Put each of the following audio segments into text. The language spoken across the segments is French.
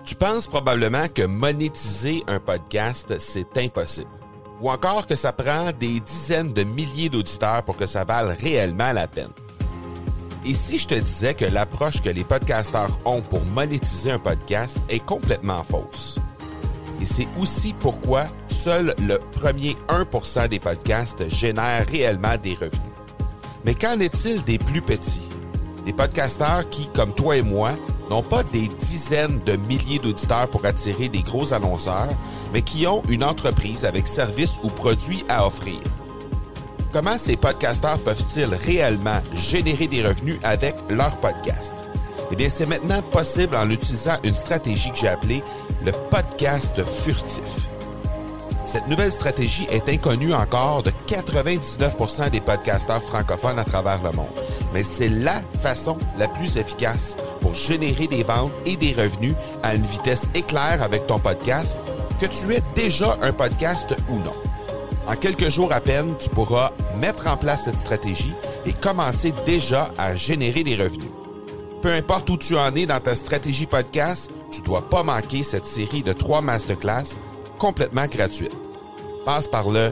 Tu penses probablement que monétiser un podcast, c'est impossible. Ou encore que ça prend des dizaines de milliers d'auditeurs pour que ça vale réellement la peine. Et si je te disais que l'approche que les podcasteurs ont pour monétiser un podcast est complètement fausse? Et c'est aussi pourquoi seul le premier 1% des podcasts génèrent réellement des revenus. Mais qu'en est-il des plus petits? Des podcasteurs qui, comme toi et moi, n'ont pas des dizaines de milliers d'auditeurs pour attirer des gros annonceurs, mais qui ont une entreprise avec services ou produits à offrir. Comment ces podcasteurs peuvent-ils réellement générer des revenus avec leur podcast? Eh bien, c'est maintenant possible en utilisant une stratégie que j'ai appelée le podcast furtif. Cette nouvelle stratégie est inconnue encore de 99% des podcasteurs francophones à travers le monde. Mais c'est la façon la plus efficace pour générer des ventes et des revenus à une vitesse éclair avec ton podcast, que tu aies déjà un podcast ou non. En quelques jours à peine, tu pourras mettre en place cette stratégie et commencer déjà à générer des revenus. Peu importe où tu en es dans ta stratégie podcast, tu ne dois pas manquer cette série de 3 masterclass complètement gratuite. Passe par le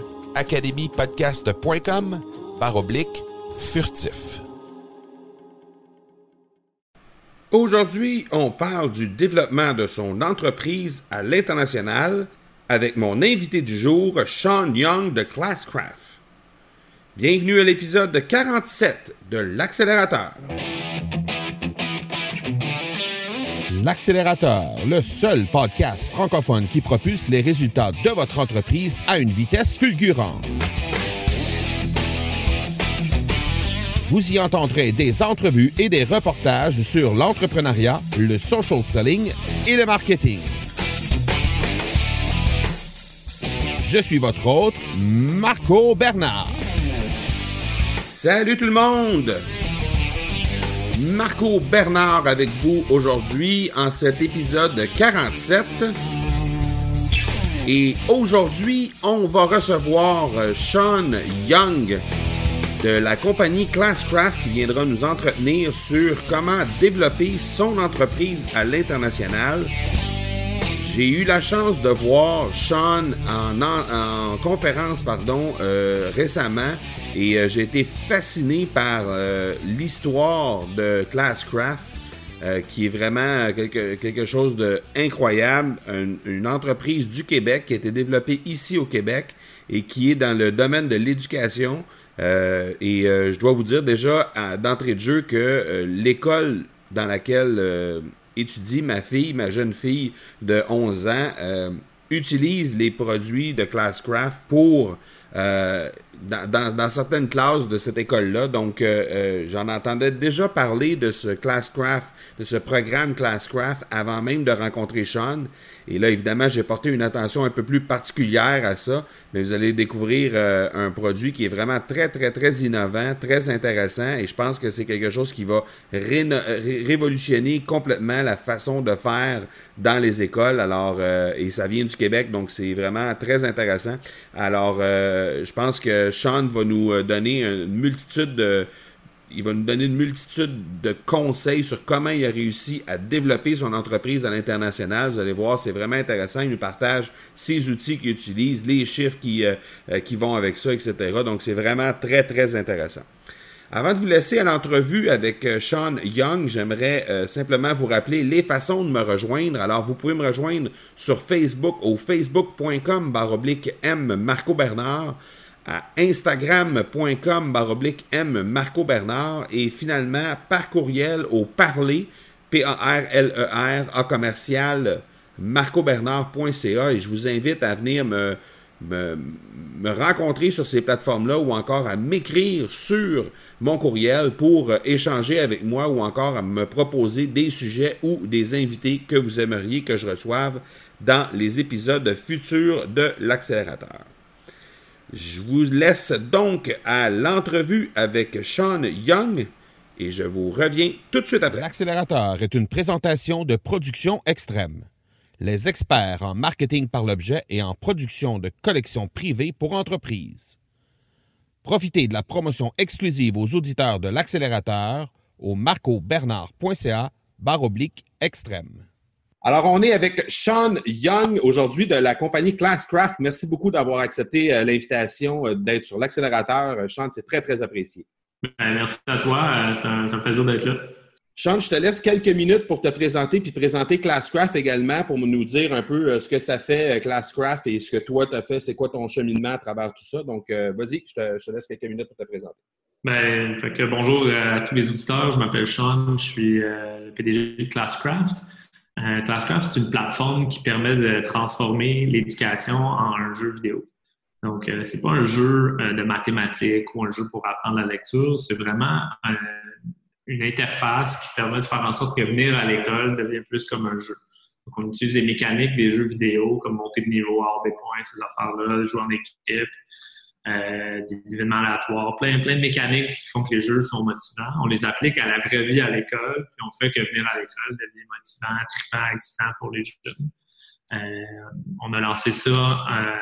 academypodcast.com/furtif. Aujourd'hui, on parle du développement de son entreprise à l'international avec mon invité du jour, Sean Young de Classcraft. Bienvenue à l'épisode 47 de l'Accélérateur. L'Accélérateur, le seul podcast francophone qui propulse les résultats de votre entreprise à une vitesse fulgurante. Vous y entendrez des entrevues et des reportages sur l'entrepreneuriat, le social selling et le marketing. Je suis votre hôte, Marco Bernard. Salut tout le monde! Marco Bernard avec vous aujourd'hui en cet épisode 47. Et aujourd'hui, on va recevoir Sean Young de la compagnie Classcraft qui viendra nous entretenir sur comment développer son entreprise à l'international. J'ai eu la chance de voir Sean en conférence récemment et j'ai été fasciné par l'histoire de Classcraft qui est vraiment quelque chose d'incroyable. Une entreprise du Québec qui a été développée ici au Québec et qui est dans le domaine de l'éducation. Je dois vous dire déjà d'entrée de jeu que l'école dans laquelle étudie ma jeune fille de 11 ans, utilise les produits de Classcraft pour dans certaines classes de cette école-là. Donc, j'en entendais déjà parler de ce Classcraft, de ce programme Classcraft avant même de rencontrer Sean. Et là, évidemment, j'ai porté une attention un peu plus particulière à ça, mais vous allez découvrir un produit qui est vraiment très, très, très innovant, très intéressant, et je pense que c'est quelque chose qui va révolutionner complètement la façon de faire dans les écoles. Alors, et ça vient du Québec, donc c'est vraiment très intéressant. Alors, je pense que Sean va nous donner une multitude de conseils sur comment il a réussi à développer son entreprise à l'international. Vous allez voir, c'est vraiment intéressant. Il nous partage ses outils qu'il utilise, les chiffres qui vont avec ça, etc. Donc, c'est vraiment très, très intéressant. Avant de vous laisser à l'entrevue avec Sean Young, j'aimerais simplement vous rappeler les façons de me rejoindre. Alors, vous pouvez me rejoindre sur Facebook au facebook.com/M Marco Bernard, à instagram.com/M-Marco-Bernard et finalement par courriel au parler, P-A-R-L-E-R, à commercial, marcobernard.ca et je vous invite à venir me rencontrer sur ces plateformes-là ou encore à m'écrire sur mon courriel pour échanger avec moi ou encore à me proposer des sujets ou des invités que vous aimeriez que je reçoive dans les épisodes futurs de l'Accélérateur. Je vous laisse donc à l'entrevue avec Sean Young et je vous reviens tout de suite après. L'Accélérateur est une présentation de Production Extrême. Les experts en marketing par l'objet et en production de collections privées pour entreprises. Profitez de la promotion exclusive aux auditeurs de l'Accélérateur au marcobernard.ca/extrême. Alors, on est avec Sean Young aujourd'hui de la compagnie Classcraft. Merci beaucoup d'avoir accepté l'invitation d'être sur l'accélérateur. Sean, c'est très, très apprécié. Merci à toi. C'est un plaisir d'être là. Sean, je te laisse quelques minutes pour te présenter puis présenter Classcraft également pour nous dire un peu ce que ça fait Classcraft et ce que toi tu as fait, c'est quoi ton cheminement à travers tout ça. Donc, vas-y, je te laisse quelques minutes pour te présenter. Bonjour à tous les auditeurs. Je m'appelle Sean, je suis le PDG de Classcraft. Classcraft, c'est une plateforme qui permet de transformer l'éducation en un jeu vidéo. Donc, c'est pas un jeu de mathématiques ou un jeu pour apprendre la lecture, c'est vraiment une interface qui permet de faire en sorte que venir à l'école devienne plus comme un jeu. Donc, on utilise des mécaniques des jeux vidéo comme monter de niveau, avoir des points, ces affaires-là, jouer en équipe, des événements aléatoires, plein de mécaniques qui font que les jeux sont motivants. On les applique à la vraie vie à l'école, puis on fait que venir à l'école devient motivant, trippant, excitant pour les jeunes. On a lancé ça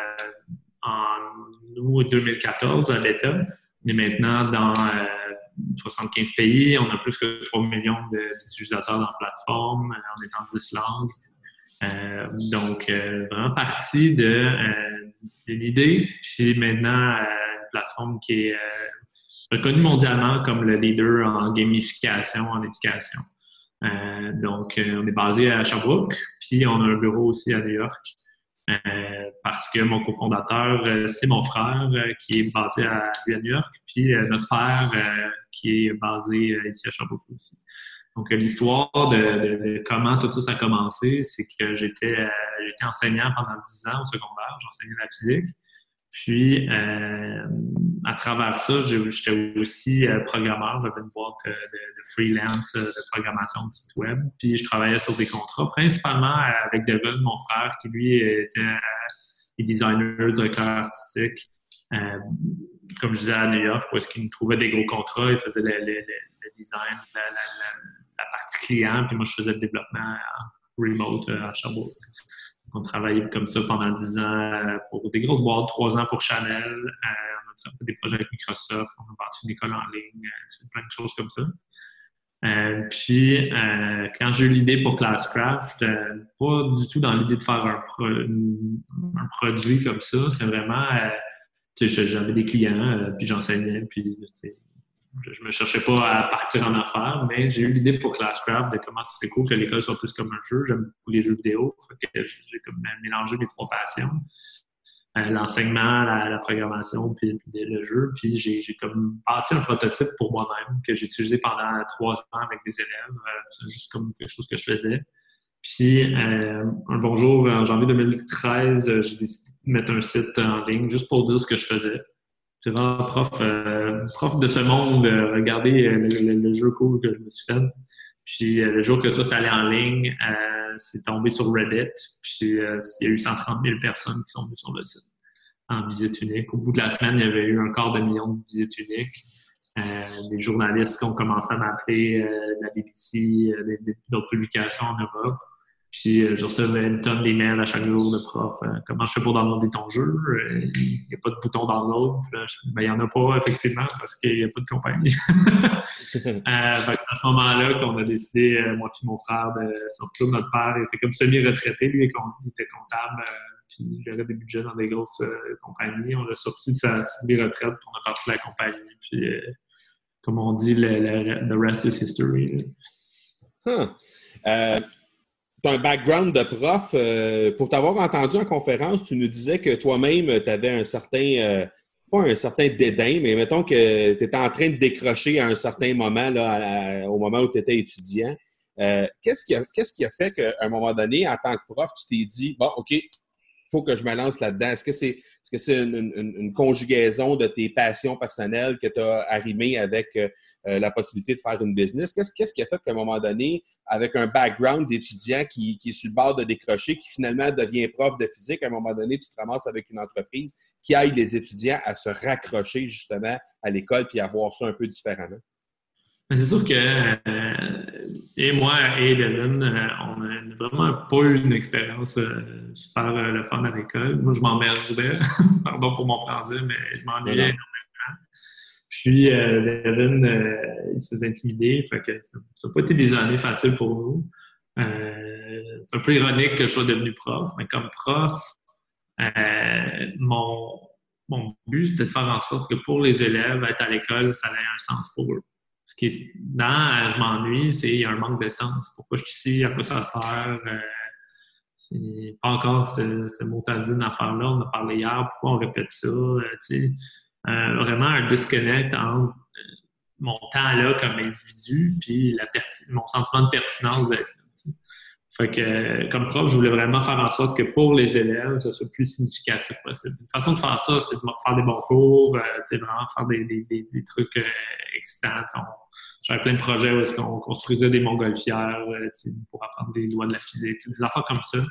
en août 2014 à bêta. On est maintenant dans 75 pays. On a plus que 3 millions d'utilisateurs dans la plateforme. On est en 10 langues. Donc, vraiment partie d'une idée. Puis maintenant, une plateforme qui est reconnue mondialement comme le leader en gamification, en éducation. Donc, on est basé à Sherbrooke, puis on a un bureau aussi à New York. Parce que mon cofondateur, c'est mon frère qui est basé à New York, puis notre père qui est basé ici à Sherbrooke aussi. Donc, l'histoire de comment tout ça a commencé, c'est que j'étais enseignant pendant 10 ans au secondaire, j'enseignais la physique. Puis, à travers ça, j'étais aussi programmeur. J'avais une boîte de freelance de programmation de site web. Puis, je travaillais sur des contrats, principalement avec Devin, mon frère, qui lui était designer, directeur artistique. Comme je disais à New York, où est-ce qu'il me trouvait des gros contrats, il faisait le design, la partie client, puis moi, je faisais le développement remote à Sherbrooke. On travaillait comme ça pendant 10 ans pour des grosses boîtes, 3 ans pour Chanel. On a fait des projets avec Microsoft, on a bâti une école en ligne, plein de choses comme ça. Puis, quand j'ai eu l'idée pour Classcraft, j'étais pas du tout dans l'idée de faire un produit comme ça. C'était vraiment, j'avais des clients, puis j'enseignais, puis je me cherchais pas à partir en affaires, mais j'ai eu l'idée pour Classcraft de comment c'était cool que l'école soit plus comme un jeu. J'aime beaucoup les jeux vidéo. Fait que j'ai comme mélangé mes 3 passions. L'enseignement, la programmation, puis le jeu. Puis j'ai comme bâti un prototype pour moi-même que j'ai utilisé pendant 3 ans avec des élèves. C'est juste comme quelque chose que je faisais. Puis un bon jour, en janvier 2013, j'ai décidé de mettre un site en ligne juste pour dire ce que je faisais. C'est vraiment prof de ce monde, regarder le jeu cool que je me suis fait. Puis le jour que ça s'est allé en ligne, c'est tombé sur Reddit. Puis il y a eu 130 000 personnes qui sont venues sur le site en visite unique. Au bout de la semaine, il y avait eu 250 000 de visites uniques. Des journalistes qui ont commencé à m'appeler, de la BBC, d'autres publications en Europe. Puis je recevais une tonne d'emails à chaque jour de profs. Comment je fais pour downloader ton jeu? Il n'y a pas de bouton download. Il n'y en a pas, effectivement, parce qu'il n'y a pas de compagnie. C'est à ce moment-là qu'on a décidé, moi et mon frère, de sortir. Notre père était comme semi-retraité. Lui, il était comptable, puis il gérait des budgets dans des grosses compagnies. On l'a sorti de sa semi-retraite, puis on a parti de la compagnie. Puis, comme on dit, the rest is history. Tu as un background de prof. Pour t'avoir entendu en conférence, tu nous disais que toi-même, tu avais un certain, pas un certain dédain, mais mettons que tu étais en train de décrocher à un certain moment, là, au moment où tu étais étudiant. Qu'est-ce qui a fait qu'à un moment donné, en tant que prof, tu t'es dit, bon, OK, il faut que je me lance là-dedans? Est-ce que c'est une conjugaison de tes passions personnelles que tu as arrimées avec la possibilité de faire une business? Qu'est-ce qui a fait qu'à un moment donné, avec un background d'étudiant qui est sur le bord de décrocher, qui finalement devient prof de physique, à un moment donné, tu te ramasses avec une entreprise qui aide les étudiants à se raccrocher justement à l'école puis à voir ça un peu différemment? C'est sûr que et moi et Devin, on a vraiment pas eu une expérience super le fun à l'école. Moi, je m'emmerdais, pardon pour mon français, mais je m'ennuyais énormément. Puis Devin, il se faisait intimider, fait que ça n'a pas été des années faciles pour nous. C'est un peu ironique que je sois devenu prof, mais comme prof, mon but, c'était de faire en sorte que pour les élèves, être à l'école, ça ait un sens pour eux. Ce qui est je m'ennuie, c'est qu'il y a un manque de sens. Pourquoi je suis ici, à quoi ça sert? C'est pas encore cette motadine affaire-là. On a parlé hier, pourquoi on répète ça? Vraiment un disconnect entre mon temps là comme individu puis mon sentiment de pertinence d'être là. T'sais. Fait que, comme prof, je voulais vraiment faire en sorte que pour les élèves, ça soit le plus significatif possible. Une façon de faire ça, c'est de faire des bons cours, vraiment faire des trucs excitants. J'avais plein de projets où est-ce qu'on construisait des montgolfières pour apprendre des lois de la physique, des affaires comme ça.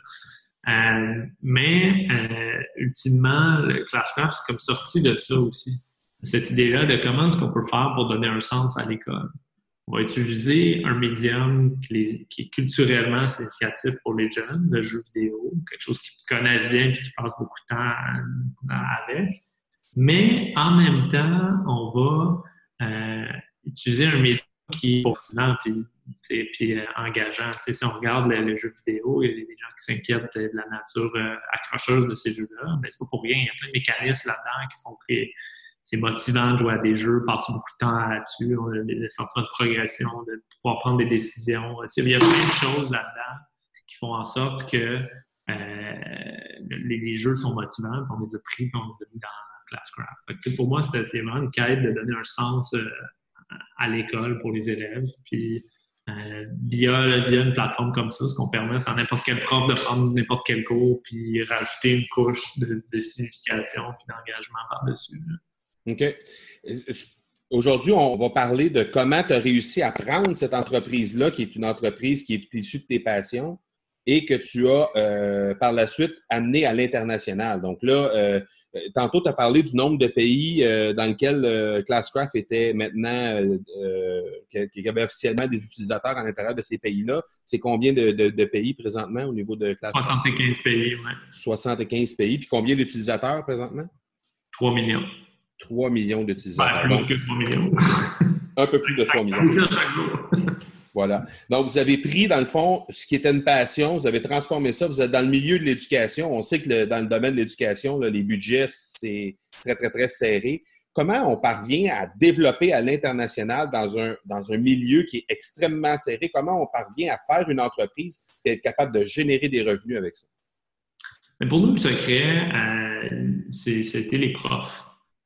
Mais ultimement, le Classcraft, c'est comme sorti de ça aussi. Cette idée-là de comment est-ce qu'on peut faire pour donner un sens à l'école. On va utiliser un médium qui est culturellement significatif pour les jeunes, le jeu vidéo, quelque chose qu'ils connaissent bien et qui passent beaucoup de temps avec. Mais en même temps, on va utiliser un médium qui est motivant puis engageant. T'sais, si on regarde le jeu vidéo, il y a des gens qui s'inquiètent de la nature accrocheuse de ces jeux-là, mais c'est pas pour rien. Il y a plein de mécanismes là-dedans qui font que c'est motivant de jouer à des jeux, passer beaucoup de temps là-dessus, le sentiment de progression, de pouvoir prendre des décisions. Il y a plein de choses là-dedans qui font en sorte que les jeux sont motivants, puis on les a pris et on les a mis dans Classcraft. Fait que, pour moi, c'est vraiment une quête de donner un sens à l'école pour les élèves. Puis via une plateforme comme ça, ce qu'on permet, c'est à n'importe quel prof de prendre n'importe quel cours puis rajouter une couche de signification puis d'engagement par-dessus. OK. Aujourd'hui, on va parler de comment tu as réussi à prendre cette entreprise-là, qui est une entreprise qui est issue de tes passions et que tu as par la suite amené à l'international. Donc là, tantôt, tu as parlé du nombre de pays dans lesquels Classcraft était maintenant, qu'il y avait officiellement des utilisateurs à l'intérieur de ces pays-là. C'est combien de pays présentement au niveau de Classcraft? 75 pays, oui. 75 pays. Puis combien d'utilisateurs présentement? 3 millions. 3 millions d'utilisateurs. Plus que 3 millions. Un peu plus de 3 millions. Chaque jour. Voilà. Donc, vous avez pris, dans le fond, ce qui était une passion, vous avez transformé ça, vous êtes dans le milieu de l'éducation. On sait que dans le domaine de l'éducation, là, les budgets, c'est très, très, très serré. Comment on parvient à développer à l'international dans un milieu qui est extrêmement serré? Comment on parvient à faire une entreprise qui est capable de générer des revenus avec ça? Mais pour nous, le secret, c'était les profs.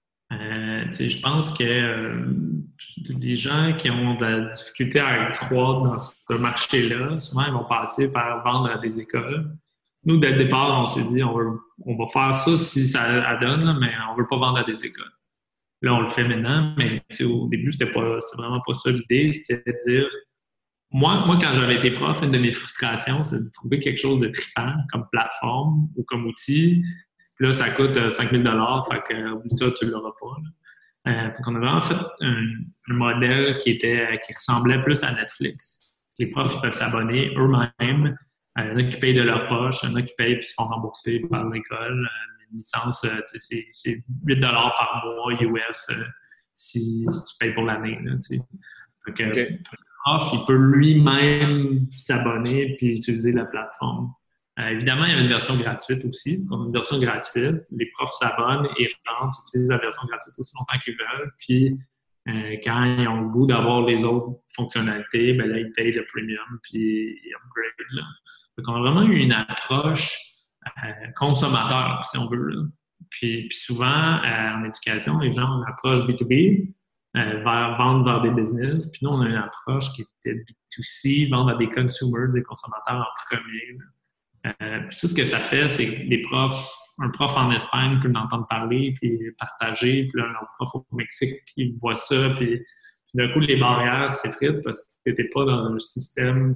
Je pense que les gens qui ont de la difficulté à croître dans ce marché-là, souvent, ils vont passer par vendre à des écoles. Nous, dès le départ, on s'est dit, on va faire ça si ça donne, là, mais on ne veut pas vendre à des écoles. Là, on le fait maintenant, mais au début, c'était vraiment pas ça l'idée. C'était de dire, moi, quand j'avais été prof, une de mes frustrations, c'est de trouver quelque chose de trippant comme plateforme ou comme outil. Puis là, ça coûte 5 000 $, fait que oublie ça, tu ne l'auras pas. Fait qu'on a vraiment fait un modèle qui ressemblait plus à Netflix. Les profs ils peuvent s'abonner eux-mêmes. Il y en a qui payent de leur poche, il y en a qui payent puis se font rembourser par l'école. Une licence, c'est 8 $ par mois US si tu payes pour l'année. Fait que le prof, il peut lui-même s'abonner puis utiliser la plateforme. Évidemment, il y avait une version gratuite aussi. Donc, une version gratuite, les profs s'abonnent et rentrent, utilisent la version gratuite aussi longtemps qu'ils veulent. Puis, quand ils ont le goût d'avoir les autres fonctionnalités, ben là, ils payent le premium puis ils upgrade. Là. Donc, on a vraiment eu une approche consommateur, si on veut. Là. Puis souvent, en éducation, les gens ont une approche B2B, vendre vers des business. Puis nous, on a une approche qui était B2C, vendre à des consumers, des consommateurs en premier. Puis ça, ce que ça fait, c'est que un prof en Espagne peut en entendre parler, puis partager, puis là, un autre prof au Mexique, il voit ça, puis d'un coup, les barrières s'effritent parce que tu n'étais pas dans un système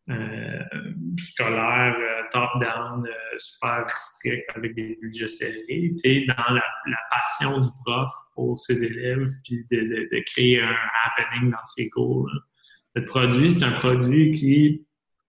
scolaire top-down, super strict, avec des budgets serrés. Tu es dans la passion du prof pour ses élèves, puis de créer un happening dans ses cours. Là. Le produit, c'est un produit qui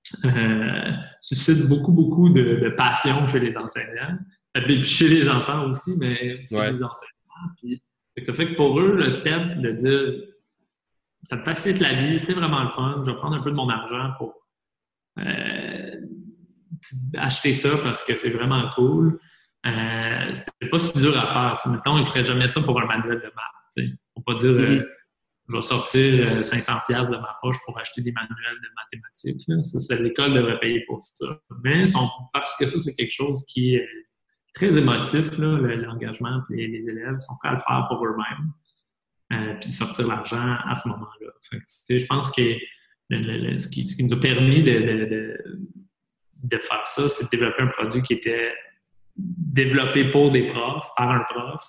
suscite beaucoup de passion chez les enseignants, puis chez les enfants aussi, mais chez les enseignants. Puis, ça fait que pour eux, le step de dire ça te facilite la vie, c'est vraiment le fun, je vais prendre un peu de mon argent pour acheter ça parce que c'est vraiment cool. C'était pas si dur à faire. T'sais. Mettons, ils ne feraient jamais ça pour un manuel de maths. T'sais. On ne peut pas dire je vais sortir 500$ de ma poche pour acheter des manuels de mathématiques. Là. Ça, l'école devrait payer pour ça. Mais parce que ça, c'est quelque chose qui est très émotif, là, l'engagement, puis les élèves sont prêts à le faire pour eux-mêmes, puis sortir l'argent à ce moment-là. Fait que, je pense que ce qui nous a permis de faire ça, c'est de développer un produit qui était développé pour des profs, par un prof,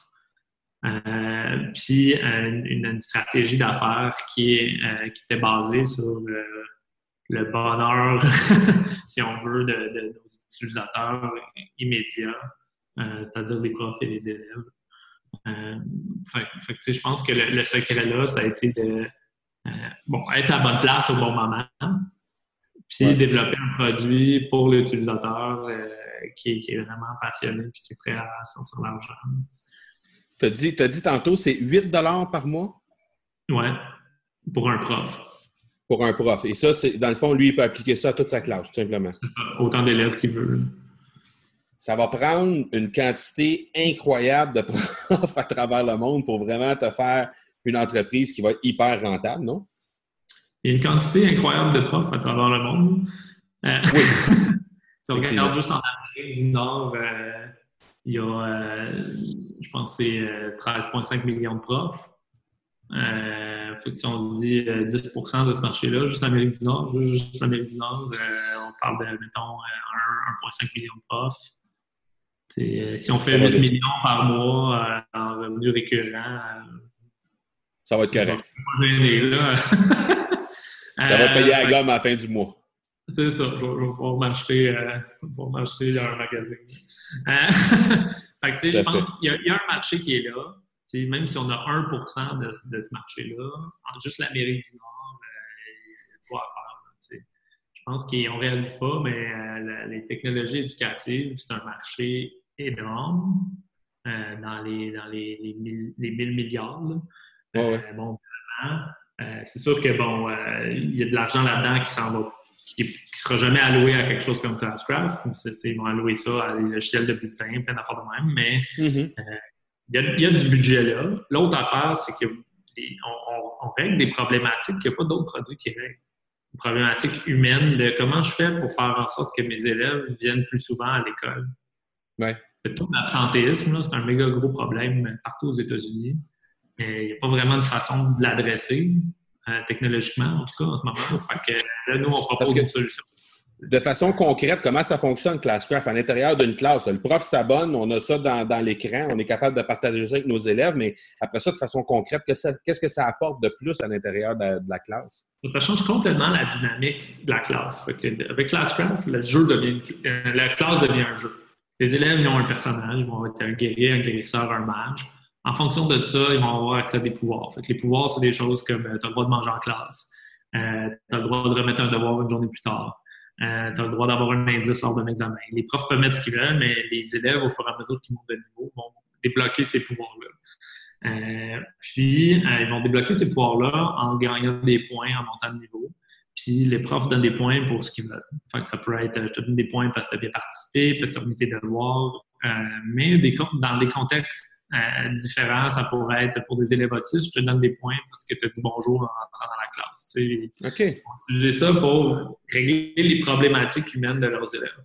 puis une stratégie d'affaires qui était basée sur le bonheur, si on veut, de nos utilisateurs immédiats, c'est-à-dire les profs et les élèves. Fait que, je pense que le secret là, ça a été de être à la bonne place au bon moment, puis développer un produit pour l'utilisateur qui est vraiment passionné et qui est prêt à sortir l'argent. T'as dit tantôt, c'est 8$ par mois? Oui, pour un prof. Pour un prof. Et ça, dans le fond, lui, il peut appliquer ça à toute sa classe, tout simplement. C'est ça, autant d'élèves qu'il veut. Ça va prendre une quantité incroyable de profs à travers le monde pour vraiment te faire une entreprise qui va être hyper rentable, non? Il y a une quantité incroyable de profs à travers le monde. Oui. Si on regarde juste en Amérique du Nord, il y a, je pense, c'est 13,5 millions de profs. Fait que si on dit 10% de ce marché-là, juste l'Amérique du Nord, on parle de, mettons, 1,5 million de profs. Si on fait 8 millions par mois en revenus récurrents, ça va être correct. Je vais pas gêner, là. Ça va payer à la gomme à la fin du mois. C'est ça. Je vais pouvoir m'acheter un magazine. Fait que, je pense qu'il y a un marché qui est là. Même si on a 1% de ce marché-là, juste l'Amérique du Nord, il y a quoi à faire. Je pense qu'on ne réalise pas, mais les technologies éducatives, c'est un marché énorme dans les 1000 milliards. C'est sûr que il y a de l'argent là-dedans qui ne sera jamais alloué à quelque chose comme Classcraft. Ils vont allouer ça à des logiciels de bulletins, plein d'affaires de même, mais il y a du budget là. L'autre affaire, c'est qu'on règle des problématiques qu'il n'y a pas d'autres produits qui règlent. Des problématiques humaines de comment je fais pour faire en sorte que mes élèves viennent plus souvent à l'école. Ouais. Le taux d'absentéisme, c'est un méga gros problème partout aux États-Unis. Mais il n'y a pas vraiment de façon de l'adresser, technologiquement, en tout cas, en ce moment. Fait que là, nous, on propose une solution. De façon concrète, comment ça fonctionne, Classcraft? À l'intérieur d'une classe, le prof s'abonne, on a ça dans l'écran, on est capable de partager ça avec nos élèves, mais après ça, de façon concrète, qu'est-ce que ça apporte de plus à l'intérieur de la classe? Ça change complètement la dynamique de la classe. Fait que avec Classcraft, la classe devient un jeu. Les élèves, ils ont un personnage, ils vont être un guerrier, un guérisseur, un mage. En fonction de ça, ils vont avoir accès à des pouvoirs. Fait que les pouvoirs, c'est des choses comme tu as le droit de manger en classe, tu as le droit de remettre un devoir une journée plus tard, tu as le droit d'avoir un indice lors d'un examen. Les profs peuvent mettre ce qu'ils veulent, mais les élèves, au fur et à mesure qu'ils montent de niveau, vont débloquer ces pouvoirs-là. Puis, ils vont débloquer ces pouvoirs-là en gagnant des points en montant de niveau. Puis, les profs donnent des points pour ce qu'ils veulent. Fait que ça peut être, je te donne des points parce que tu as bien participé, parce que tu as remis tes devoirs. Mais dans des contextes différents, ça pourrait être pour des élèves autistes, je te donne des points parce que tu as dit bonjour en entrant dans la classe. Tu sais. OK. Ils vont utiliser ça pour régler les problématiques humaines de leurs élèves.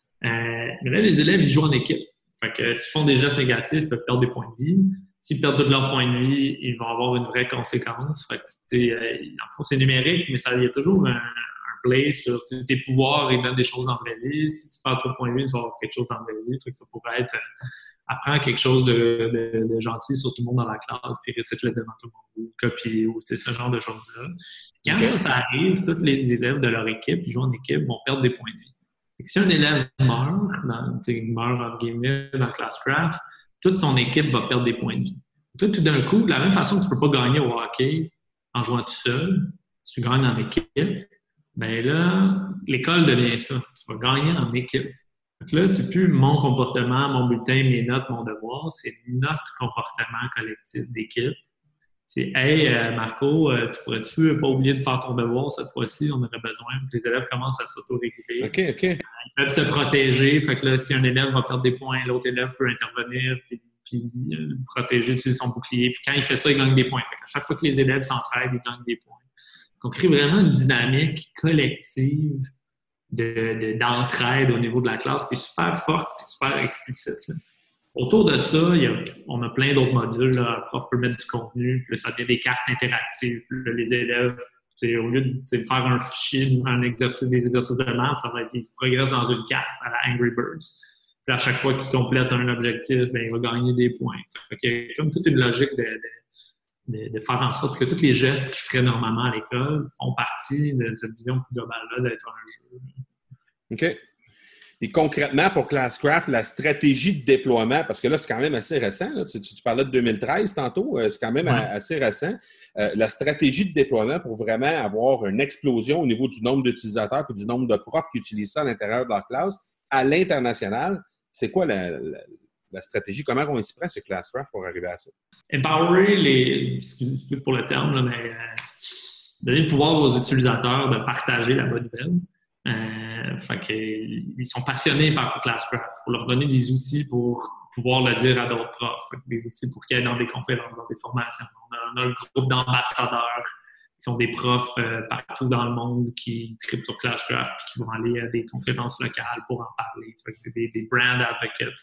Mais là, les élèves, ils jouent en équipe. Fait que s'ils font des gestes négatifs, ils peuvent perdre des points de vie. S'ils perdent tous leurs points de vie, ils vont avoir une vraie conséquence. Fait que, en fond, c'est numérique, mais il y a toujours un play sur tes pouvoirs, ils donnent des choses dans la vraie vie. Si tu perds trop de points de vie, tu vas avoir quelque chose dans la vraie vie. Fait que ça pourrait être apprends quelque chose de gentil sur tout le monde dans la classe, puis récite-le devant tout le monde, ou copier, ou ce genre de choses-là. Quand ça arrive, tous les élèves de leur équipe, ils jouent en équipe, vont perdre des points de vie. Et si un élève meurt, entre guillemets, dans Classcraft, toute son équipe va perdre des points de vie. Donc là, tout d'un coup, de la même façon que tu ne peux pas gagner au hockey en jouant tout seul, si tu gagnes en équipe, bien là, l'école devient ça. Tu vas gagner en équipe. Donc là, c'est plus mon comportement, mon bulletin, mes notes, mon devoir, c'est notre comportement collectif d'équipe. c'est « Hey, Marco, tu pourrais-tu pas oublier de faire ton devoir cette fois-ci? On aurait besoin. » Les élèves commencent à s'auto-réguler. OK. Ils peuvent se protéger. Fait que là, si un élève va perdre des points, l'autre élève peut intervenir puis protéger, utiliser son bouclier. Puis quand il fait ça, il gagne des points. Fait qu'à chaque fois que les élèves s'entraident, ils gagnent des points. Donc, on crée vraiment une dynamique collective d'entraide au niveau de la classe qui est super forte et super explicite. Là. Autour de ça, on a plein d'autres modules. Là. Le prof peut mettre du contenu, puis là, ça devient des cartes interactives. Puis là, les élèves, au lieu de faire un fichier, des exercices de maths, ça va être, ils progressent dans une carte à la Angry Birds. Puis à chaque fois qu'il complète un objectif, bien, il va gagner des points. Fait qu'il y a comme toute une logique de faire en sorte que tous les gestes qu'il ferait normalement à l'école font partie de cette vision plus globale-là d'être un jeu. OK. Et concrètement, pour Classcraft, la stratégie de déploiement, parce que là, c'est quand même assez récent, là, tu parlais de 2013 tantôt, c'est quand même assez récent. La stratégie de déploiement pour vraiment avoir une explosion au niveau du nombre d'utilisateurs et du nombre de profs qui utilisent ça à l'intérieur de leur classe, à l'international, c'est quoi la stratégie? Comment on s'y prend sur Classcraft pour arriver à ça? Empowerer excusez pour le terme, là, mais donner le pouvoir aux utilisateurs de partager la bonne nouvelle. Fait qu'ils sont passionnés par Classcraft. Il faut leur donner des outils pour pouvoir le dire à d'autres profs. Des outils pour qu'ils aillent dans des conférences, dans des formations. On a un groupe d'ambassadeurs qui sont des profs partout dans le monde qui trippent sur Classcraft et qui vont aller à des conférences locales pour en parler. C'est des brand advocates.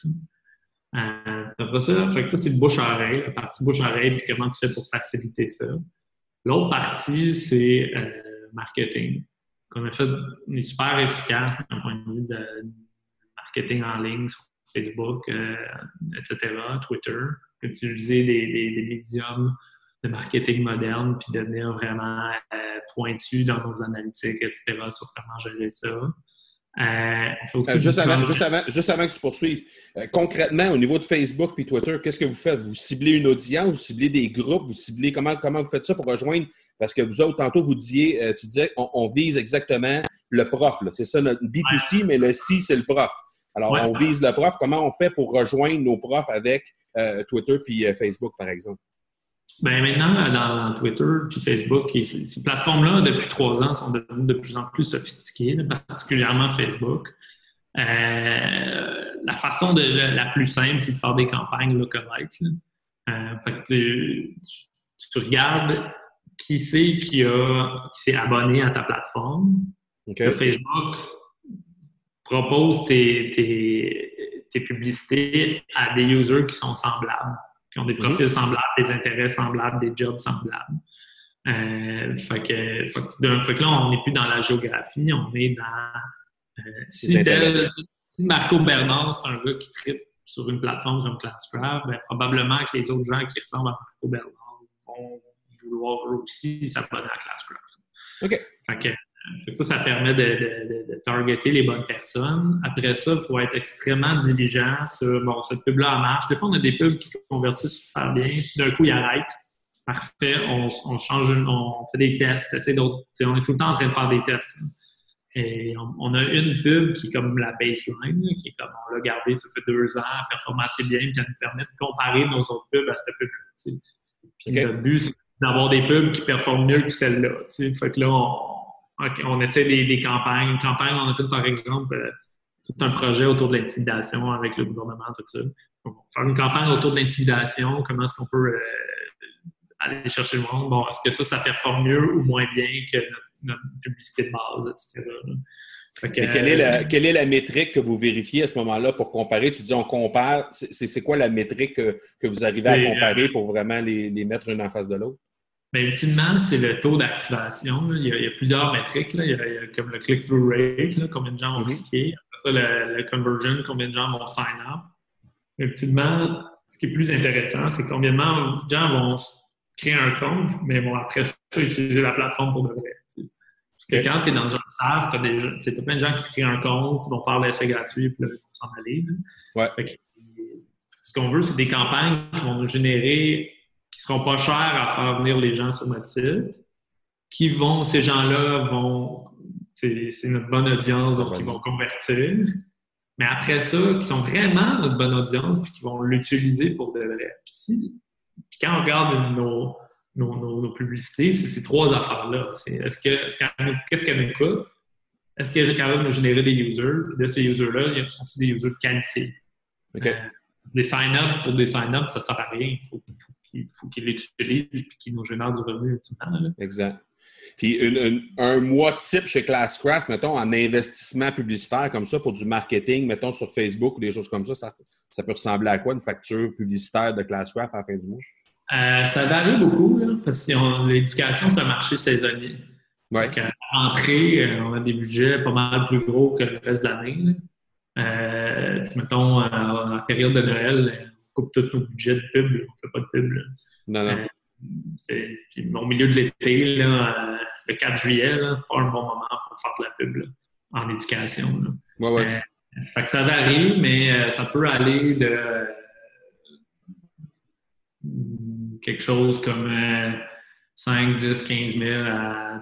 Après ça, c'est le bouche-à-oreille, la partie bouche-à-oreille, puis comment tu fais pour faciliter ça. L'autre partie, c'est marketing. On est super efficace d'un point de vue de marketing en ligne sur Facebook, etc., Twitter. Utiliser des médiums de marketing moderne puis devenir vraiment pointu dans nos analytiques, etc., sur comment gérer ça. Juste avant que tu poursuives, concrètement, au niveau de Facebook puis Twitter, qu'est-ce que vous faites? Vous ciblez une audience, vous ciblez des groupes, vous ciblez comment vous faites ça pour rejoindre? Parce que vous autres, tantôt, tu disais on vise exactement le prof. Là. C'est ça notre B2C, mais le C, c'est le prof. Alors, on vise le prof. Comment on fait pour rejoindre nos profs avec Twitter puis Facebook, par exemple? Bien, maintenant, dans Twitter puis Facebook, ces plateformes-là, depuis 3 ans, sont devenues de plus en plus sophistiquées, particulièrement Facebook. La façon la plus simple, c'est de faire des campagnes lookalike. Fait que tu regardes qui c'est qui s'est abonné à ta plateforme. Okay. Facebook propose tes publicités à des users qui sont semblables, qui ont des profils semblables, des intérêts semblables, des jobs semblables. Fait que là, on n'est plus dans la géographie, on est dans... si Marco Bernard, c'est un gars qui trippe sur une plateforme comme Classcraft, ben, probablement que les autres gens qui ressemblent à Marco Bernard vont vouloir aussi s'abonner à Classcraft. OK. Fait que ça permet de targeter les bonnes personnes. Après ça, il faut être extrêmement diligent sur, bon, cette pub-là marche. Des fois, on a des pubs qui convertissent super bien, puis d'un coup, ils arrêtent. Parfait, on change, on fait des tests, essaie d'autres. On est tout le temps en train de faire des tests. Là. Et on a une pub qui est comme la baseline, là, qui est comme, on l'a gardée, ça fait 2 ans, elle performe assez bien, puis elle nous permet de comparer nos autres pubs à cette pub-là. Puis notre but, c'est d'avoir des pubs qui performent mieux que celle-là. Fait que là, on essaie des campagnes. Une campagne, on a fait, par exemple, tout un projet autour de l'intimidation avec le gouvernement, tout ça. On va faire une campagne autour de l'intimidation. Comment est-ce qu'on peut aller chercher le monde? Bon, est-ce que ça performe mieux ou moins bien que notre publicité de base, etc. Quelle est la métrique que vous vérifiez à ce moment-là pour comparer? Tu dis on compare. C'est quoi la métrique que vous arrivez à comparer pour vraiment les mettre une en face de l'autre? Bien, ultimement, c'est le taux d'activation. Il y a plusieurs métriques. Là. Il y a comme le click-through rate, là, combien de gens vont cliquer. Après ça, le conversion, combien de gens vont sign up. Ultimement, ce qui est plus intéressant, c'est combien de gens vont créer un compte, mais vont après ça utiliser la plateforme pour de vrai. Parce que quand tu es dans un SaaS, tu as plein de gens qui créent un compte, qui vont faire l'essai gratuit, puis là, ils vont s'en aller. Ouais. Ce qu'on veut, c'est des campagnes qui vont nous générer, qui seront pas chères à faire venir les gens sur notre site, ces gens-là c'est notre bonne audience, donc ils vont convertir. Mais après ça, qui sont vraiment notre bonne audience, puis qui vont l'utiliser pour de vrai. Puis quand on regarde nos publicités, c'est ces trois affaires-là. Qu'est-ce qu'elle nous coûte? Est-ce que j'ai capable de nous générer des users? Puis de ces users-là, ils sont des users de qualité. OK. Des sign-up pour des sign-up, ça ne sert à rien. Il faut qu'ils l'utilisent et qu'ils nous génèrent du revenu ultimement. Là. Exact. Puis un mois type chez Classcraft, mettons, en investissement publicitaire comme ça pour du marketing, mettons sur Facebook ou des choses comme ça peut ressembler à quoi une facture publicitaire de Classcraft à la fin du mois? Ça varie beaucoup, là, parce que l'éducation, c'est un marché saisonnier. Ouais. Donc, à l'entrée, on a des budgets pas mal plus gros que le reste de l'année. Mettons, à la période de Noël, on coupe tous nos budgets de pub, on ne fait pas de pub. Là. Non. Puis, au milieu de l'été, là, le 4 juillet, là, pas un bon moment pour faire de la pub là, en éducation. Là. Ouais. Fait que ça varie, mais ça peut aller de quelque chose comme 5, 10, 15 000 à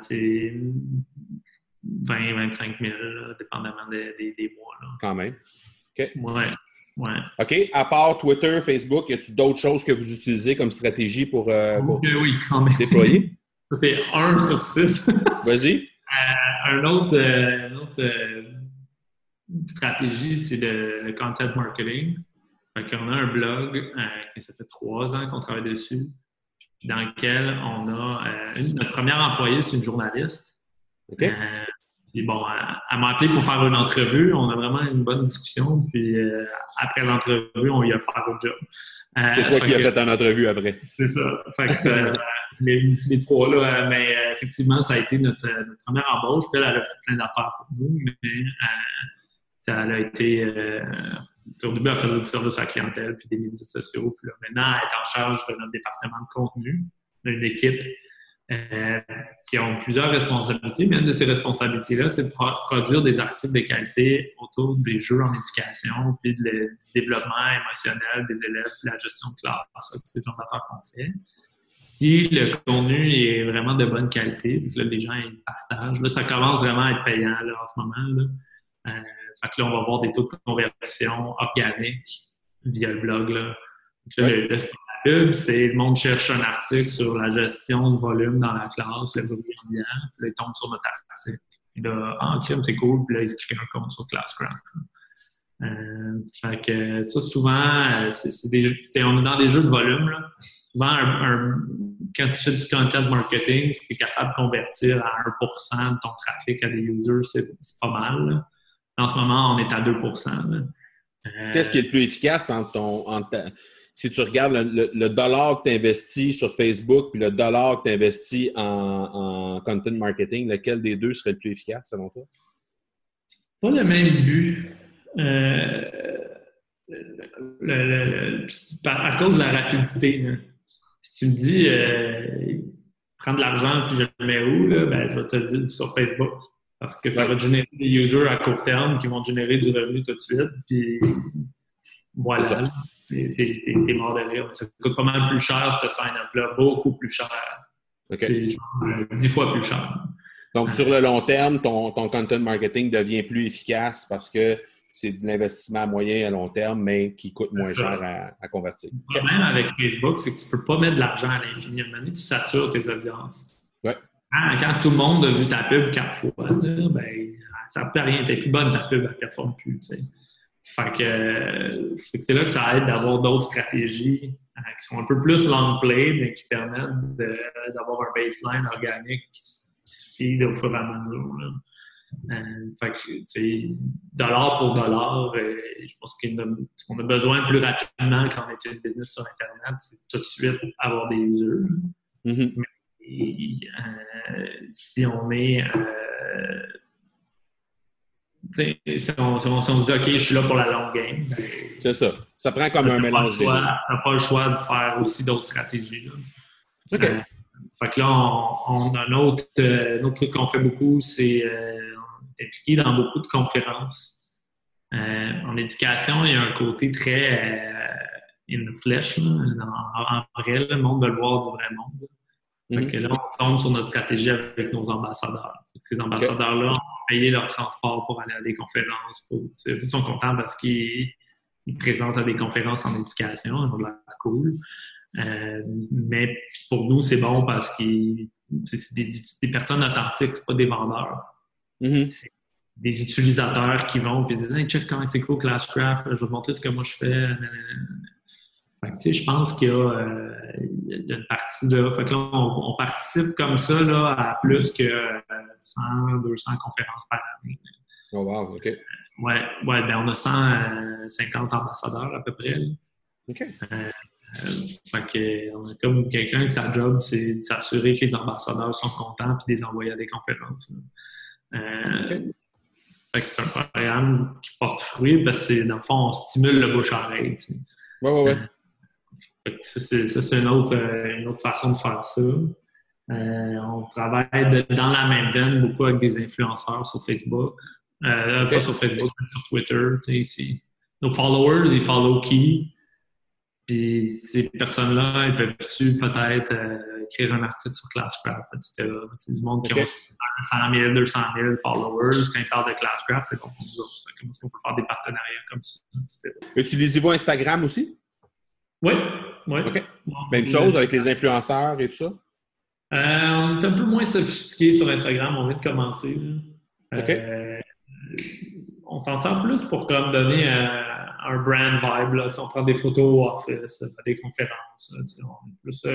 20, 25 000, là, dépendamment des mois. Là. Quand même. OK. Ouais. OK. À part Twitter, Facebook, y a-t-il d'autres choses que vous utilisez comme stratégie pour oui, quand même. déployer? Ça, c'est 1 sur 6. Vas-y. Une autre stratégie, c'est le content marketing. Fait qu'on a un blog, ça fait 3 ans qu'on travaille dessus, dans lequel on a notre première employée, c'est une journaliste. OK. Puis bon, elle m'a appelé pour faire une entrevue. On a vraiment une bonne discussion. Puis après l'entrevue, on lui a fait le job. C'est toi qui as fait une entrevue après. C'est ça. Fait que, les trois là, mais effectivement, ça a été notre première embauche. Puis elle a fait plein d'affaires pour nous. Mais elle a été... au début, elle faisait du service à la clientèle puis des médias sociaux. Puis là, maintenant, elle est en charge de notre département de contenu, d'une équipe qui ont plusieurs responsabilités. Mais une de ces responsabilités-là, c'est de produire des articles de qualité autour des jeux en éducation, puis du développement émotionnel des élèves, puis la gestion de classe. C'est le genre d'affaires qu'on fait. Puis le contenu est vraiment de bonne qualité. Puis là, les gens ils partagent. Là, ça commence vraiment à être payant là, en ce moment. Là. Fait que là, on va avoir des taux de conversion organiques via le blog. Là. Donc là, le pub, c'est le monde cherche un article sur la gestion de volume dans la classe, le bruit ambiant, puis là, il tombe sur notre article. Puis là, crime, c'est cool, puis là, il se crée un compte sur Classcraft. Fait que ça, souvent, on est dans des jeux de volume. Là. Souvent, quand tu fais du content marketing, si tu es capable de convertir à 1% de ton trafic à des users, c'est pas mal. Là. En ce moment, on est à 2%. Qu'est-ce qui est le plus efficace si tu regardes le dollar que tu investis sur Facebook puis le dollar que tu investis en content marketing, lequel des deux serait le plus efficace selon toi? Pas le même but. À cause de la rapidité. Là. Si tu me dis prends de l'argent puis je le mets où, là, ben, je vais te le dire sur Facebook. Parce que ça va te générer des users à court terme qui vont te générer du revenu tout de suite. Puis voilà. T'es mort de rire. Ça coûte pas mal plus cher, ce sign-up-là. Beaucoup plus cher. Okay. C'est genre 10 fois plus cher. Donc, sur le long terme, ton content marketing devient plus efficace parce que c'est de l'investissement à moyen et à long terme, mais qui coûte moins cher à convertir. Le problème avec Facebook, c'est que tu ne peux pas mettre de l'argent à l'infini. À un moment donné, tu satures tes audiences. Ouais. Quand tout le monde a vu ta pub 4 fois, là, ben, ça ne peut rien. T'es plus bonne, ta pub, elle ne performe plus. Tu sais. Fait que c'est là que ça aide d'avoir d'autres stratégies qui sont un peu plus long play, mais qui permettent d'avoir un baseline organique qui se fie au fur et à mesure. Là. Fait que, dollar pour dollar, je pense qu'on a besoin plus rapidement quand on est une business sur Internet, c'est tout de suite avoir des users. Mm-hmm. Mais si on est... si on se dit « OK, je suis là pour la longue game ben, », c'est ça. Ça prend comme un mélange des deux. On n'a pas le choix de faire aussi d'autres stratégies. Là. OK. Fait que là, on a un autre truc qu'on fait beaucoup, c'est on est impliqué dans beaucoup de conférences. En éducation, il y a un côté très in the flesh. En vrai, le monde veut le voir du vrai monde. Fait que là, on tombe sur notre stratégie avec nos ambassadeurs. Ces ambassadeurs-là ont payé leur transport pour aller à des conférences. Ils sont contents parce qu'ils présentent à des conférences en éducation. Ils ont de l'air cool. Mais pour nous, c'est bon parce que c'est des personnes authentiques, c'est pas des vendeurs. Mm-hmm. C'est des utilisateurs qui vont et disent « Hey, check comment c'est cool Classcraft, je vais te montrer ce que moi je fais. » Fait que, je pense qu'il y a une partie là. Fait que là, on participe comme ça là, à plus que 100, 200 conférences par année. Oh wow, OK. Ouais, ben on a 150 ambassadeurs à peu près. Là. OK. Fait que on a comme quelqu'un que sa job, c'est de s'assurer que les ambassadeurs sont contents puis de les envoyer à des conférences. Okay. Fait que c'est un programme qui porte fruit parce que dans le fond, on stimule le bouche-oreille. Ouais. Fait que ça, c'est une autre façon de faire ça. On travaille dans la même veine beaucoup avec des influenceurs sur Facebook. Pas sur Facebook, mais sur Twitter. Nos followers, ils follow qui? Puis ces personnes-là, elles peuvent-tu peut-être écrire un article sur Classcraft, etc. C'est du monde qui ont 100 000, 200 000 followers. Quand ils parlent de Classcraft, c'est pour nous autres. Comment est-ce qu'on peut faire des partenariats comme ça, etc. Utilisez-vous Instagram aussi? Oui. OK. Même chose avec les influenceurs et tout ça? On est un peu moins sophistiqué sur Instagram. On vient de commencer. OK. On s'en sert plus pour comme donner un brand vibe. Là. On prend des photos au office, à des conférences. On est plus...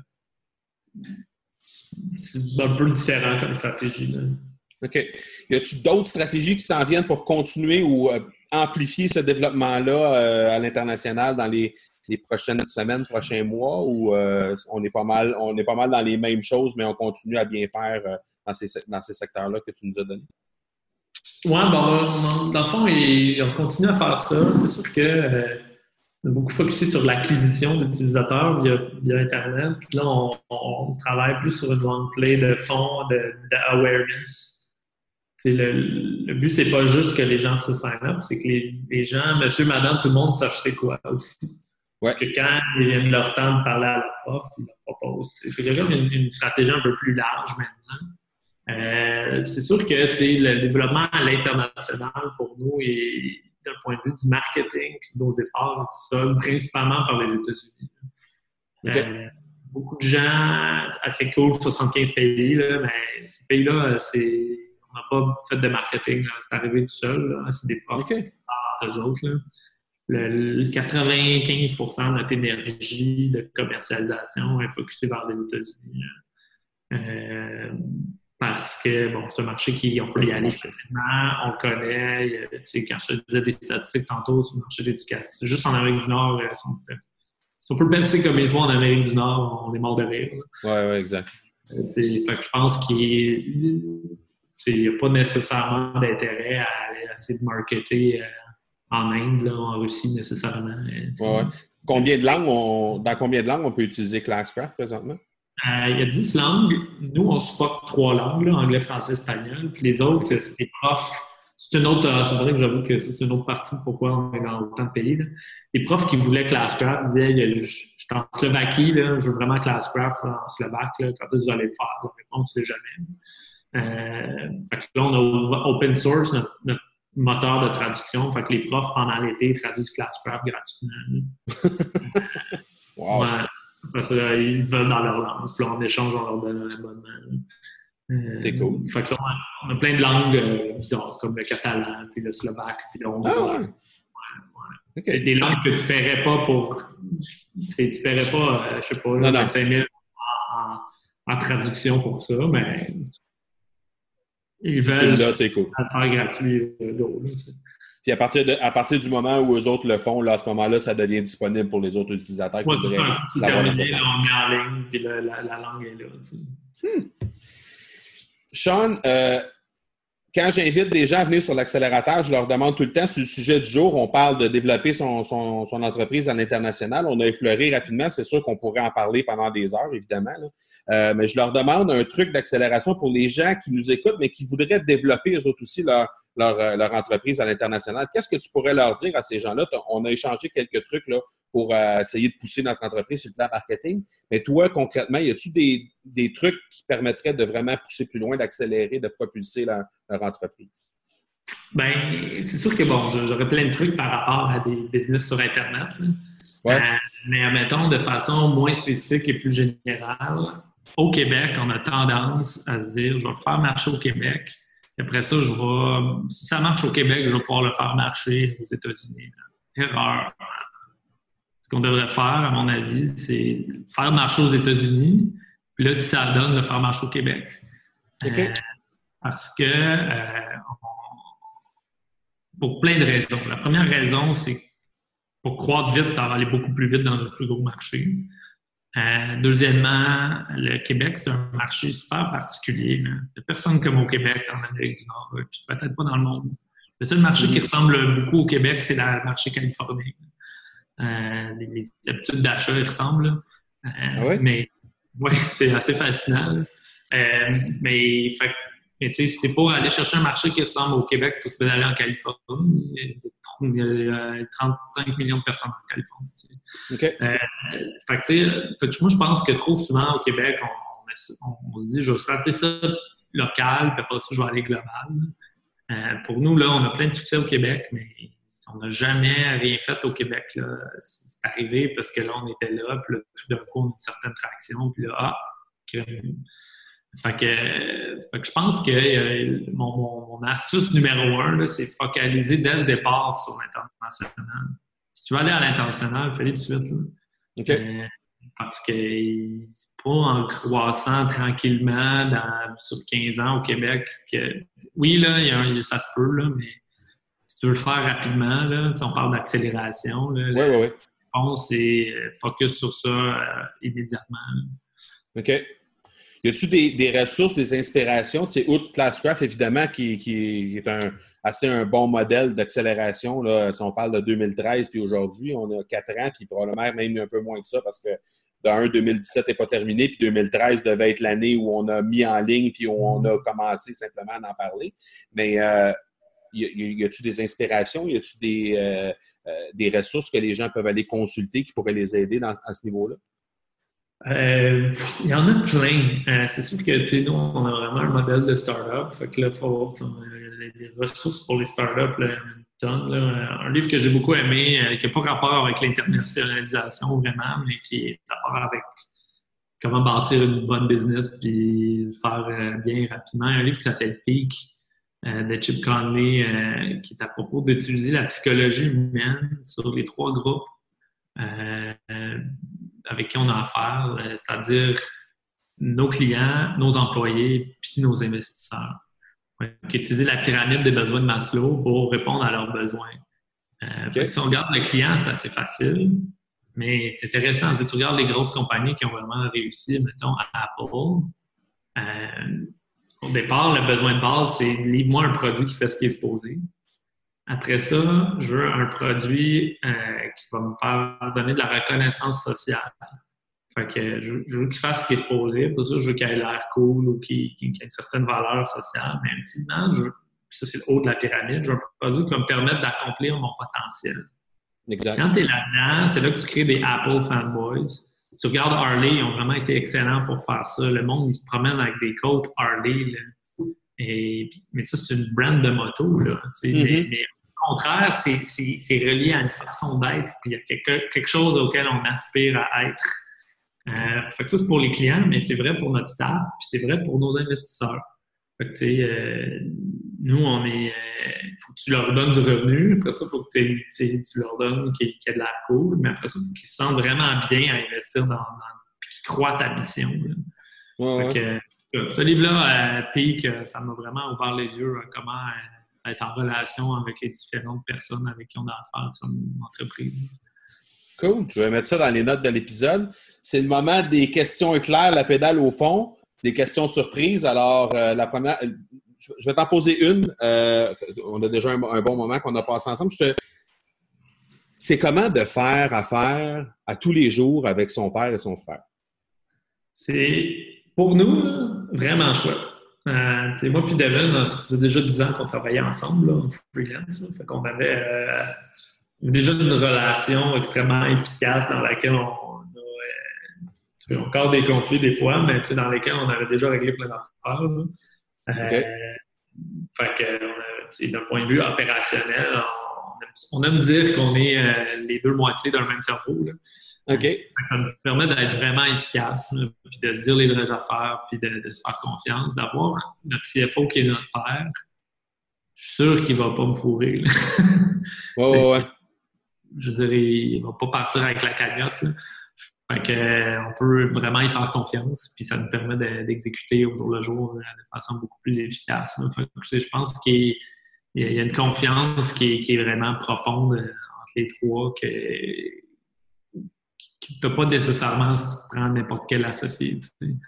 c'est un peu différent comme stratégie. Là. OK. Y a-t-il d'autres stratégies qui s'en viennent pour continuer ou amplifier ce développement-là à l'international dans les prochaines semaines, prochains mois, ou on est pas mal dans les mêmes choses, mais on continue à bien faire dans ces secteurs-là que tu nous as donnés? Oui, dans le fond, on continue à faire ça. C'est sûr que on a beaucoup focusé sur l'acquisition d'utilisateurs via Internet. Puis là, on travaille plus sur une long play de fond, d'awareness. Le but, c'est pas juste que les gens se sign up, c'est que les gens, monsieur, madame, tout le monde sache c'est quoi aussi. Ouais. Que quand ils viennent leur temps de parler à la prof, ils leur proposent. Il y a comme une stratégie un peu plus large maintenant. C'est sûr que le développement à l'international, pour nous, est d'un point de vue du marketing et nos efforts, sonne principalement par les États-Unis. Okay. Beaucoup de gens, assez cool, 75 pays, là, mais ces pays-là, on n'a pas fait de marketing, là, c'est arrivé tout seul. Là, c'est des profs qui parlent entre eux autres. Là. Le 95% de notre énergie de commercialisation est focusée vers les États-Unis. Parce que, c'est un marché on peut y aller facilement, on connaît. Quand je te disais des statistiques tantôt sur le marché de l'éducation, juste en Amérique du Nord, si on peut le penser comme il faut en Amérique du Nord, on est mort de rire. Oui, exact. Fait que je pense qu'il n'y a pas nécessairement d'intérêt à aller essayer de marketer en Inde, là, en Russie nécessairement. Ouais. Dans combien de langues on peut utiliser Classcraft présentement? Il y a 10 langues. Nous, on supporte 3 langues, là, anglais, français, espagnol. Puis les autres, c'est des profs. C'est vrai que j'avoue que c'est une autre partie de pourquoi on est dans autant de pays. Là. Les profs qui voulaient Classcraft disaient je suis en Slovaquie, là, je veux vraiment Classcraft en Slovaque. Là, quand est-ce que vous allez le faire? La réponse, c'est jamais. Fait que là, on a open source notre moteur de traduction. Fait que les profs, pendant l'été, traduisent Classcraft gratuitement. Wow! Ouais. Parce ils veulent dans leur langue. Puis là, on échange, on leur donne un abonnement. C'est cool. Fait que là, on a plein de langues bizarres, comme le catalan, puis le slovaque, puis le hongrois. Ouais. Okay. Des langues que tu paierais pas pour... Tu paierais pas, je sais pas, 25 000 en traduction pour ça, mais... Ils veulent c'est cool. faire gratuit Puis à partir du moment où eux autres le font, là, à ce moment-là, ça devient disponible pour les autres utilisateurs. Oui, c'est ça. C'est terminé, là, on met en ligne, puis la langue est là. Sean, quand j'invite des gens à venir sur l'accélérateur, je leur demande tout le temps sur le sujet du jour. On parle de développer son entreprise à l'international. On a effleuré rapidement. C'est sûr qu'on pourrait en parler pendant des heures, évidemment. Là. Mais je leur demande un truc d'accélération pour les gens qui nous écoutent, mais qui voudraient développer eux autres aussi leur entreprise à l'international. Qu'est-ce que tu pourrais leur dire à ces gens-là? On a échangé quelques trucs là, pour essayer de pousser notre entreprise sur le plan marketing. Mais toi, concrètement, y a-tu des trucs qui permettraient de vraiment pousser plus loin, d'accélérer, de propulser leur entreprise? Bien, c'est sûr que j'aurais plein de trucs par rapport à des business sur Internet. Ouais. Mais admettons, de façon moins spécifique et plus générale, au Québec, on a tendance à se dire, je vais faire marcher au Québec. Et après ça, si ça marche au Québec, je vais pouvoir le faire marcher aux États-Unis. Erreur. Ce qu'on devrait faire, à mon avis, c'est faire marcher aux États-Unis. Puis là, si ça donne, le faire marcher au Québec. OK. Parce que pour plein de raisons. La première raison, c'est que pour croître vite, ça va aller beaucoup plus vite dans un plus gros marché. Deuxièmement, le Québec, c'est un marché super particulier. Il n'y a personne comme au Québec, en Amérique du Nord, puis peut-être pas dans le monde. Le seul marché qui ressemble beaucoup au Québec, c'est le marché californien. Les habitudes d'achat, ils ressemblent. Mais ouais, c'est assez fascinant. Mais tu sais, si t'es pas aller chercher un marché qui ressemble au Québec, tu peux aller en Californie. Il y a 35 millions de personnes en Californie. OK. Moi, je pense que trop souvent au Québec, on se dit, je vais starter ça local, puis après ça, je vais aller global. Pour nous, là, on a plein de succès au Québec, mais on n'a jamais rien fait au Québec. Là. C'est arrivé parce que là, on était là, puis là, tout d'un coup, on a une certaine traction, puis là, Fait que je pense que mon astuce numéro 1, là, c'est de focaliser dès le départ sur l'international. Si tu veux aller à l'international, fais-le tout de suite. Là. OK. Parce que c'est pas en croissant tranquillement sur 15 ans au Québec que... Oui, là, ça se peut, là, mais si tu veux le faire rapidement, là, on parle d'accélération. Oui. La réponse, c'est focus sur ça immédiatement. Là. OK. Y a-tu des ressources, des inspirations? Tu sais, outre Classcraft, évidemment, qui est un bon modèle d'accélération. Là, si on parle de 2013 puis aujourd'hui, on a 4 ans, puis probablement même un peu moins que ça, parce que 2017 n'est pas terminé, puis 2013 devait être l'année où on a mis en ligne, puis où on a commencé simplement à en parler. Mais y a-tu des inspirations? Y a-tu des ressources que les gens peuvent aller consulter qui pourraient les aider à ce niveau-là? Il y en a plein. C'est sûr que nous, on a vraiment un modèle de start-up. Fait que là, les ressources pour les startups, là, une tonne. Là. Un livre que j'ai beaucoup aimé, qui n'a pas rapport avec l'internationalisation vraiment, mais qui est rapport avec comment bâtir une bonne business puis le faire bien rapidement. Un livre qui s'appelle Peak de Chip Conley, qui est à propos d'utiliser la psychologie humaine sur les 3 groupes avec qui on a affaire, c'est-à-dire nos clients, nos employés, puis nos investisseurs. Donc, utiliser la pyramide des besoins de Maslow pour répondre à leurs besoins. Okay. Si on regarde le client, c'est assez facile, mais c'est intéressant. Tu regardes les grosses compagnies qui ont vraiment réussi, mettons Apple. Au départ, le besoin de base, c'est livre-moi un produit qui fait ce qui est supposé. Après ça, je veux un produit qui va me faire donner de la reconnaissance sociale. Fait que je veux qu'il fasse ce qui est supposé. Pour ça, je veux qu'il ait l'air cool ou qu'il ait une certaine valeur sociale. Mais ultimement, ça c'est le haut de la pyramide, je veux un produit qui va me permettre d'accomplir mon potentiel. Exact. Quand tu es là-dedans, c'est là que tu crées des Apple fanboys. Si tu regardes Harley, ils ont vraiment été excellents pour faire ça. Le monde, il se promène avec des côtes Harley. Là. Mais ça, c'est une brand de moto. Là, mais au contraire, c'est relié à une façon d'être. Il y a quelque chose auquel on aspire à être. Fait que ça, c'est pour les clients, mais c'est vrai pour notre staff, puis c'est vrai pour nos investisseurs. Fait que, nous, faut que tu leur donnes du revenu. Après ça, il faut que tu leur donnes qu'il y ait de l'air cool. Mais après ça, il faut qu'ils se sentent vraiment bien à investir puis qu'ils croient à ta mission. Fait que, ce livre-là, Peak, ça m'a vraiment ouvert les yeux à comment être en relation avec les différentes personnes avec qui on a affaire comme entreprise. Cool. Je vais mettre ça dans les notes de l'épisode. C'est le moment des questions éclairs, la pédale au fond, des questions surprises. Alors, la première, je vais t'en poser une. On a déjà un bon moment qu'on a passé ensemble. C'est comment de faire affaire à tous les jours avec son père et son frère? C'est, pour nous, là, vraiment chouette. Moi puis Devin, ça faisait déjà 10 ans qu'on travaillait ensemble, là, en freelance. Là. Fait qu'on avait déjà une relation extrêmement efficace dans laquelle on a encore des conflits des fois, mais dans lesquels on avait déjà réglé plein d'affaires. Okay. Fait que, d'un point de vue opérationnel, on aime dire qu'on est les deux moitiés d'un même cerveau. Là. OK. Ça me permet d'être vraiment efficace, là, puis de se dire les vraies affaires, puis de se faire confiance, d'avoir notre CFO qui est notre père. Je suis sûr qu'il va pas me fourrer. Ouais. Je veux dire, il va pas partir avec la cagnotte. Là. Fait que, on peut vraiment y faire confiance, puis ça nous permet d'exécuter au jour le jour de façon beaucoup plus efficace. Là. Fait que, je pense qu'il y a une confiance qui est vraiment profonde entre les trois, que tu n'as pas nécessairement si tu prends n'importe quel associé.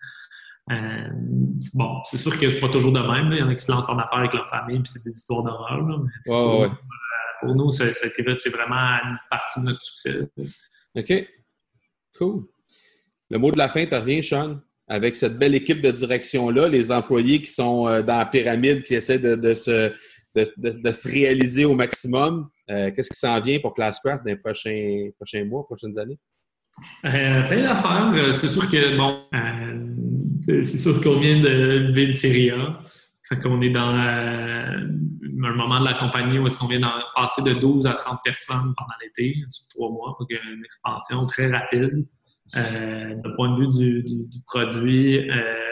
Bon, c'est sûr que c'est pas toujours de même. Là. Il y en a qui se lancent en affaires avec leur famille, puis c'est des histoires d'horreur. Mais pour nous, c'est vraiment une partie de notre succès. OK. Cool. Le mot de la fin, tu reviens, Sean? Avec cette belle équipe de direction-là, les employés qui sont dans la pyramide, qui essaient de se réaliser au maximum, qu'est-ce qui s'en vient pour Classcraft dans les prochains mois, prochaines années? Plein d'affaires. C'est sûr que, c'est sûr qu'on vient de lever une série A. Fait qu'on est dans un moment de la compagnie où est-ce qu'on vient d'en passer de 12 à 30 personnes pendant l'été, sur 3 mois. Fait qu'il y a une expansion très rapide. Du point de vue du produit,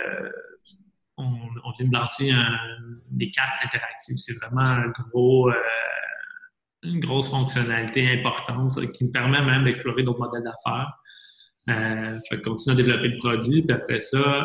on vient de lancer des cartes interactives. C'est vraiment une grosse fonctionnalité importante, ça, qui nous permet même d'explorer d'autres modèles d'affaires. Fait qu'on continue à développer le produit, puis après ça,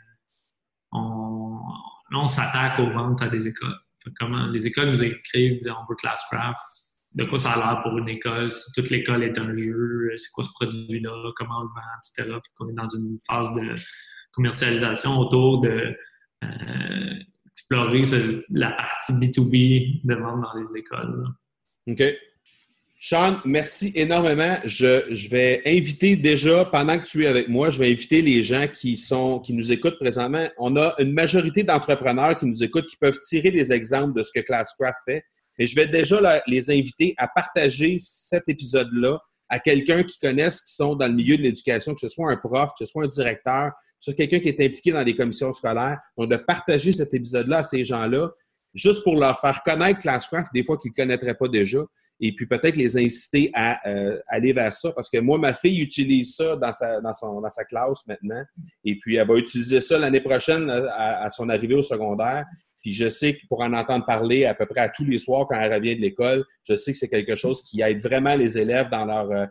on s'attaque aux ventes à des écoles. Fait comment les écoles nous écrivent, disent on veut Classcraft, de quoi ça a l'air pour une école, si toute l'école est un jeu, c'est quoi ce produit-là, comment on le vend, etc. Fait qu'on est dans une phase de commercialisation autour de explorer la partie B2B de vente dans les écoles. Là. OK. Sean, merci énormément. Je vais inviter déjà, pendant que tu es avec moi, je vais inviter les gens qui nous écoutent présentement. On a une majorité d'entrepreneurs qui nous écoutent, qui peuvent tirer des exemples de ce que Classcraft fait. Et je vais déjà les inviter à partager cet épisode-là à quelqu'un qui connaisse, qui sont dans le milieu de l'éducation, que ce soit un prof, que ce soit un directeur, que ce soit quelqu'un qui est impliqué dans des commissions scolaires. Donc, de partager cet épisode-là à ces gens-là, juste pour leur faire connaître Classcraft, des fois qu'ils ne connaîtraient pas déjà. Et puis peut-être les inciter à aller vers ça. Parce que moi, ma fille utilise ça dans sa classe maintenant. Et puis, elle va utiliser ça l'année prochaine à son arrivée au secondaire. Puis je sais que pour en entendre parler à peu près à tous les soirs quand elle revient de l'école, je sais que c'est quelque chose qui aide vraiment les élèves dans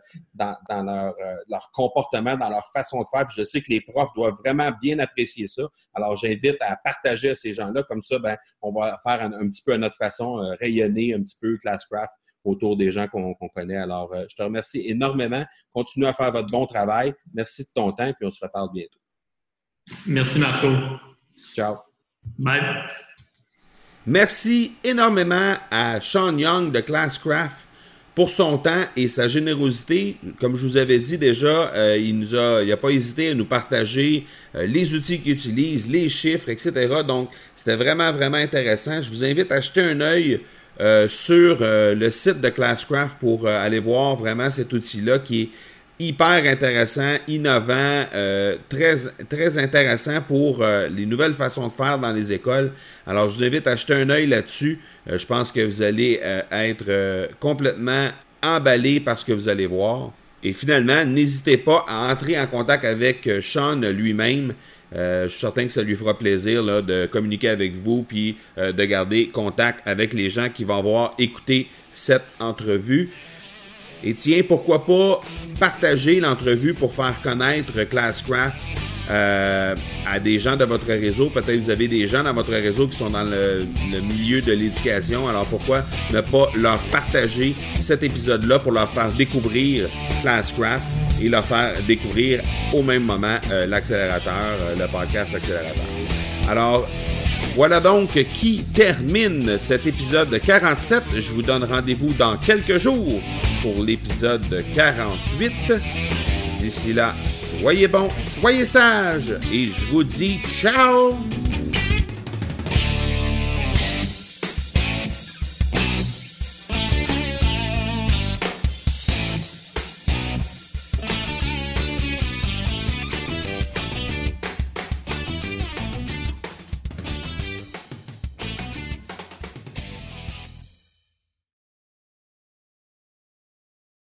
leur comportement, dans leur façon de faire. Puis je sais que les profs doivent vraiment bien apprécier ça. Alors, j'invite à partager à ces gens-là. Comme ça, on va faire un petit peu à notre façon, rayonner un petit peu Classcraft autour des gens qu'on connaît. Alors, je te remercie énormément. Continuez à faire votre bon travail. Merci de ton temps, puis on se reparle bientôt. Merci, Marco. Ciao. Bye. Merci énormément à Sean Young de Classcraft pour son temps et sa générosité. Comme je vous avais dit déjà, il n'a pas hésité à nous partager les outils qu'il utilise, les chiffres, etc. Donc, c'était vraiment, vraiment intéressant. Je vous invite à jeter un œil sur le site de Classcraft pour aller voir vraiment cet outil-là qui est hyper intéressant, innovant, très, très intéressant pour les nouvelles façons de faire dans les écoles. Alors, je vous invite à jeter un œil là-dessus. Je pense que vous allez être complètement emballé par ce que vous allez voir. Et finalement, n'hésitez pas à entrer en contact avec Sean lui-même. Je suis certain que ça lui fera plaisir là, de communiquer avec vous puis de garder contact avec les gens qui vont avoir écouté cette entrevue. Et tiens, pourquoi pas partager l'entrevue pour faire connaître Classcraft à des gens de votre réseau. Peut-être que vous avez des gens dans votre réseau qui sont dans le milieu de l'éducation. Alors pourquoi ne pas leur partager cet épisode-là pour leur faire découvrir Classcraft et leur faire découvrir au même moment l'accélérateur, le podcast Accélérateur. Alors, voilà donc qui termine cet épisode 47. Je vous donne rendez-vous dans quelques jours pour l'épisode 48. D'ici là, soyez bons, soyez sages et je vous dis ciao!